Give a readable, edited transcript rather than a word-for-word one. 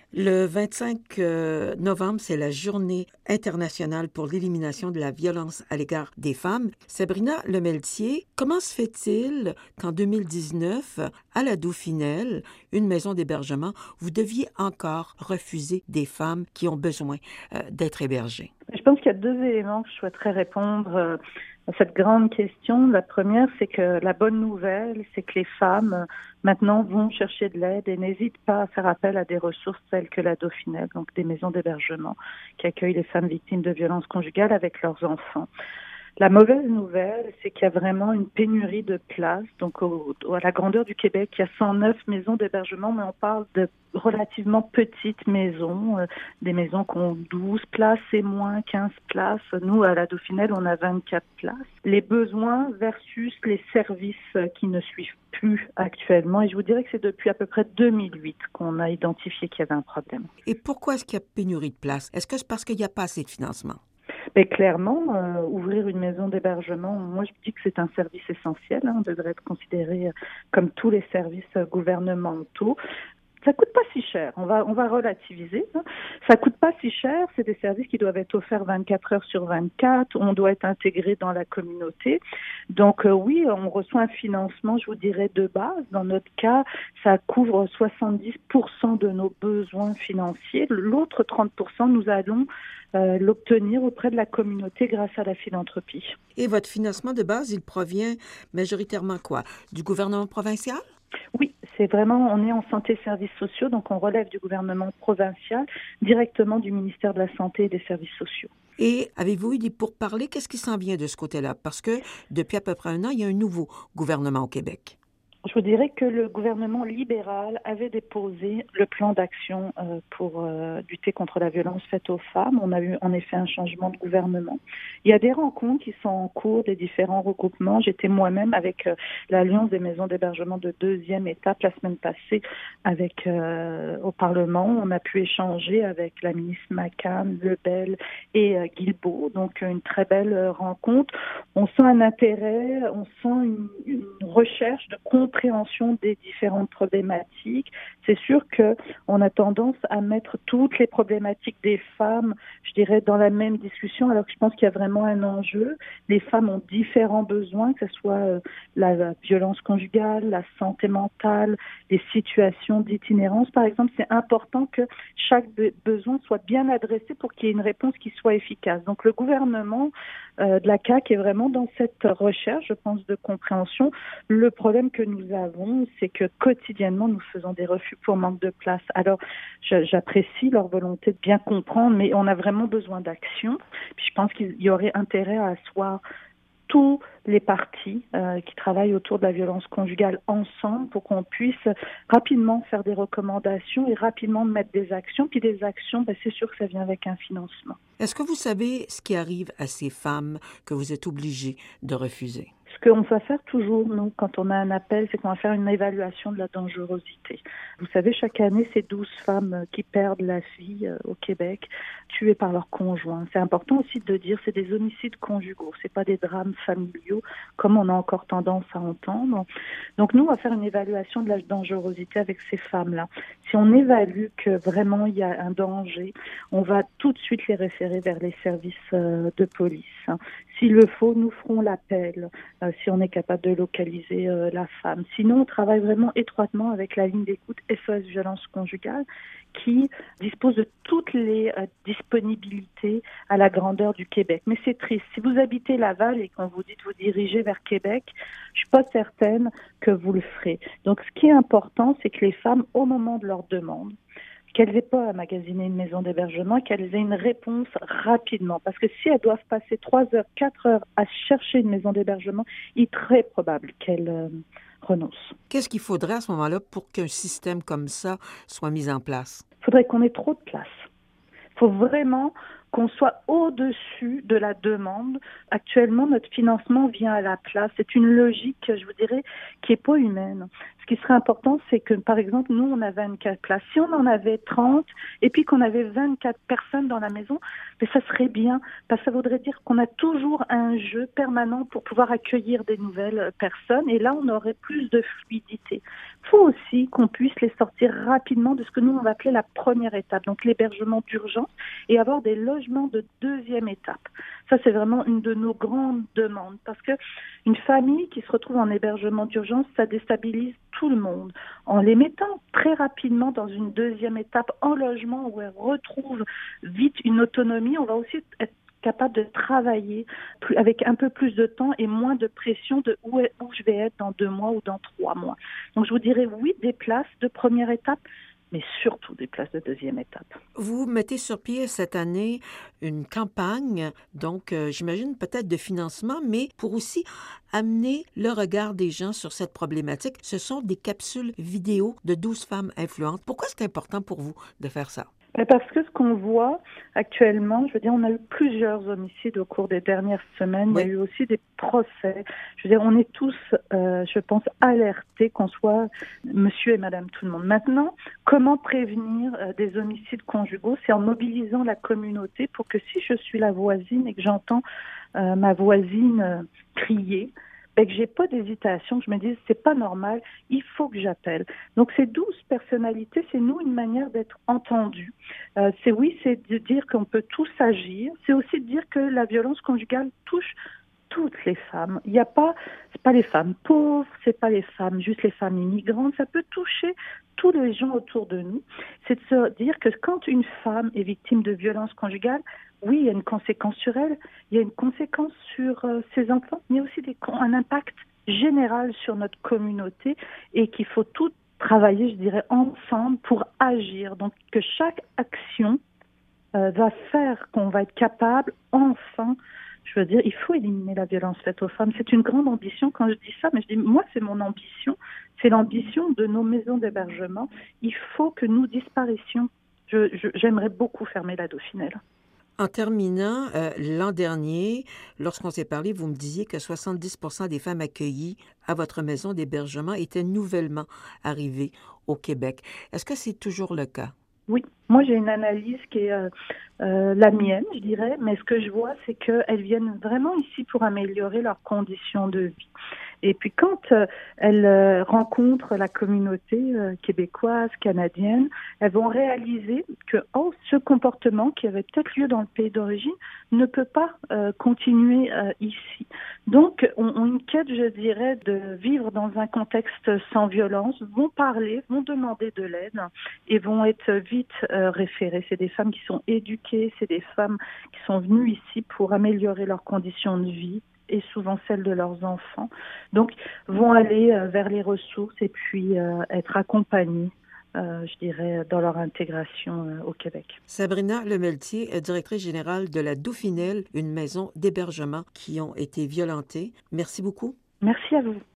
Le 25 novembre, c'est la Journée internationale pour l'élimination de la violence à l'égard des femmes. Sabrina Lemeltier, comment se fait-il qu'en 2019, à la Dauphinelle, une maison d'hébergement, vous deviez encore refuser des femmes qui ont besoin d'être hébergées? Je pense qu'il y a deux éléments que je souhaiterais répondre à cette grande question. La première, c'est que la bonne nouvelle, c'est que les femmes maintenant vont chercher de l'aide et n'hésitent pas à faire appel à des ressources telles que la Dauphinelle, donc des maisons d'hébergement qui accueillent les femmes victimes de violences conjugales avec leurs enfants. La mauvaise nouvelle, c'est qu'il y a vraiment une pénurie de places. Donc, à la grandeur du Québec, il y a 109 maisons d'hébergement, mais on parle de relativement petites maisons, des maisons qui ont 12 places et moins 15 places. Nous, à la Dauphinelle, on a 24 places. Les besoins versus les services qui ne suivent plus actuellement. Et je vous dirais que c'est depuis à peu près 2008 qu'on a identifié qu'il y avait un problème. Et pourquoi est-ce qu'il y a pénurie de places? Est-ce que c'est parce qu'il n'y a pas assez de financement? Mais clairement, ouvrir une maison d'hébergement, moi je dis que c'est un service essentiel, devrait être considéré comme tous les services gouvernementaux. Ça coûte pas si cher. On va relativiser. Ça coûte pas si cher. C'est des services qui doivent être offerts 24 heures sur 24. On doit être intégré dans la communauté. Donc oui, on reçoit un financement, je vous dirais, de base. Dans notre cas, ça couvre 70% de nos besoins financiers. L'autre 30%, nous allons l'obtenir auprès de la communauté grâce à la philanthropie. Et votre financement de base, il provient majoritairement quoi? Du gouvernement provincial? Oui, c'est vraiment, on est en santé et services sociaux, donc on relève du gouvernement provincial, directement du ministère de la Santé et des Services sociaux. Et avez-vous eu des pourparlers? Qu'est-ce qui s'en vient de ce côté-là? Parce que depuis à peu près un an, il y a un nouveau gouvernement au Québec. Je vous dirais que le gouvernement libéral avait déposé le plan d'action pour lutter contre la violence faite aux femmes. On a eu en effet un changement de gouvernement. Il y a des rencontres qui sont en cours, des différents regroupements. J'étais moi-même avec l'Alliance des maisons d'hébergement de deuxième étape la semaine passée avec au Parlement. On a pu échanger avec la ministre McCann, Lebel et Guilbeault. Donc une très belle rencontre. On sent un intérêt, on sent une recherche de compréhension des différentes problématiques. C'est sûr qu'on a tendance à mettre toutes les problématiques des femmes, je dirais, dans la même discussion, alors que je pense qu'il y a vraiment un enjeu. Les femmes ont différents besoins, que ce soit la violence conjugale, la santé mentale, les situations d'itinérance, par exemple. C'est important que chaque besoin soit bien adressé pour qu'il y ait une réponse qui soit efficace. Donc le gouvernement de la CAQ est vraiment dans cette recherche, je pense, de compréhension. Le problème que nous avons, c'est que quotidiennement, nous faisons des refus pour manque de place. Alors, j'apprécie leur volonté de bien comprendre, mais on a vraiment besoin d'action. Puis je pense qu'il y aurait intérêt à asseoir tous les partis qui travaillent autour de la violence conjugale ensemble pour qu'on puisse rapidement faire des recommandations et rapidement mettre des actions. Puis des actions, c'est sûr que ça vient avec un financement. Est-ce que vous savez ce qui arrive à ces femmes que vous êtes obligés de refuser? Ce qu'on va faire toujours, nous, quand on a un appel, c'est qu'on va faire une évaluation de la dangerosité. Vous savez, chaque année, c'est 12 femmes qui perdent la vie au Québec, tuées par leur conjoint. C'est important aussi de dire, c'est des homicides conjugaux, c'est pas des drames familiaux, comme on a encore tendance à entendre. Donc nous, on va faire une évaluation de la dangerosité avec ces femmes-là. Si on évalue que vraiment il y a un danger, on va tout de suite les référer vers les services de police. S'il le faut, nous ferons l'appel si on est capable de localiser la femme. Sinon, on travaille vraiment étroitement avec la ligne d'écoute SOS Violence Conjugale qui dispose de toutes les disponibilités à la grandeur du Québec. Mais c'est triste. Si vous habitez Laval et qu'on vous dit de vous diriger vers Québec, je suis pas certaine que vous le ferez. Donc, ce qui est important, c'est que les femmes, au moment de leur demande, qu'elles n'aient pas à magasiner une maison d'hébergement, qu'elles aient une réponse rapidement. Parce que si elles doivent passer 3 heures, 4 heures à chercher une maison d'hébergement, il est très probable qu'elles renoncent. Qu'est-ce qu'il faudrait à ce moment-là pour qu'un système comme ça soit mis en place? Il faudrait qu'on ait trop de place. Il faut vraiment qu'on soit au-dessus de la demande. Actuellement, notre financement vient à la place. C'est une logique, je vous dirais, qui est pas humaine. Ce qui serait important, c'est que, par exemple, nous, on a 24 places. Si on en avait 30 et puis qu'on avait 24 personnes dans la maison, mais ça serait bien, parce que ça voudrait dire qu'on a toujours un jeu permanent pour pouvoir accueillir des nouvelles personnes, et là, on aurait plus de fluidité. Il faut aussi qu'on puisse les sortir rapidement de ce que nous, on va appeler la première étape, donc l'hébergement d'urgence, et avoir des logements de deuxième étape. Ça, c'est vraiment une de nos grandes demandes, parce que une famille qui se retrouve en hébergement d'urgence, ça déstabilise tout le monde. En les mettant très rapidement dans une deuxième étape en logement où elles retrouvent vite une autonomie, on va aussi être capable de travailler avec un peu plus de temps et moins de pression de où je vais être dans 2 mois ou dans 3 mois. Donc je vous dirais oui, des places de première étape, mais surtout des places de deuxième étape. Vous mettez sur pied cette année une campagne, donc j'imagine peut-être de financement, mais pour aussi amener le regard des gens sur cette problématique. Ce sont des capsules vidéo de 12 femmes influentes. Pourquoi c'est important pour vous de faire ça? Parce que ce qu'on voit actuellement, je veux dire, on a eu plusieurs homicides au cours des dernières semaines. Oui. Il y a eu aussi des procès. Je veux dire, on est tous, je pense, alertés, qu'on soit monsieur et madame tout le monde. Maintenant, comment prévenir des homicides conjugaux? C'est en mobilisant la communauté pour que si je suis la voisine et que j'entends ma voisine crier, et que j'ai pas d'hésitation, que je me dise c'est pas normal, il faut que j'appelle. Donc ces 12 personnalités, c'est nous une manière d'être entendus. C'est de dire qu'on peut tous agir. C'est aussi de dire que la violence conjugale touche toutes les femmes. Il n'y a pas, c'est pas les femmes pauvres, c'est pas les femmes, juste les femmes immigrantes. Ça peut toucher tous les gens autour de nous. C'est de se dire que quand une femme est victime de violence conjugale, oui, il y a une conséquence sur elle, il y a une conséquence sur ses enfants, mais aussi un impact général sur notre communauté et qu'il faut tout travailler, je dirais, ensemble pour agir. Donc que chaque action va faire qu'on va être capable, enfin, je veux dire, il faut éliminer la violence faite aux femmes. C'est une grande ambition quand je dis ça, mais je dis, moi, c'est mon ambition. C'est l'ambition de nos maisons d'hébergement. Il faut que nous disparissions. J'aimerais beaucoup fermer la Dauphinelle. En terminant, l'an dernier, lorsqu'on s'est parlé, vous me disiez que 70% des femmes accueillies à votre maison d'hébergement étaient nouvellement arrivées au Québec. Est-ce que c'est toujours le cas? Oui, moi j'ai une analyse qui est la mienne, je dirais, mais ce que je vois, c'est qu'elles viennent vraiment ici pour améliorer leurs conditions de vie. Et puis quand elles rencontrent la communauté québécoise, canadienne, elles vont réaliser que ce comportement qui avait peut-être lieu dans le pays d'origine ne peut pas continuer ici. Donc, ont une quête, je dirais, de vivre dans un contexte sans violence, vont parler, vont demander de l'aide et vont être vite référées. C'est des femmes qui sont éduquées, c'est des femmes qui sont venues ici pour améliorer leurs conditions de vie et souvent celles de leurs enfants. Donc, vont aller vers les ressources et puis être accompagnées, je dirais, dans leur intégration au Québec. Sabrina Lemeltier est directrice générale de la Dauphinelle, une maison d'hébergement qui ont été violentées. Merci beaucoup. Merci à vous.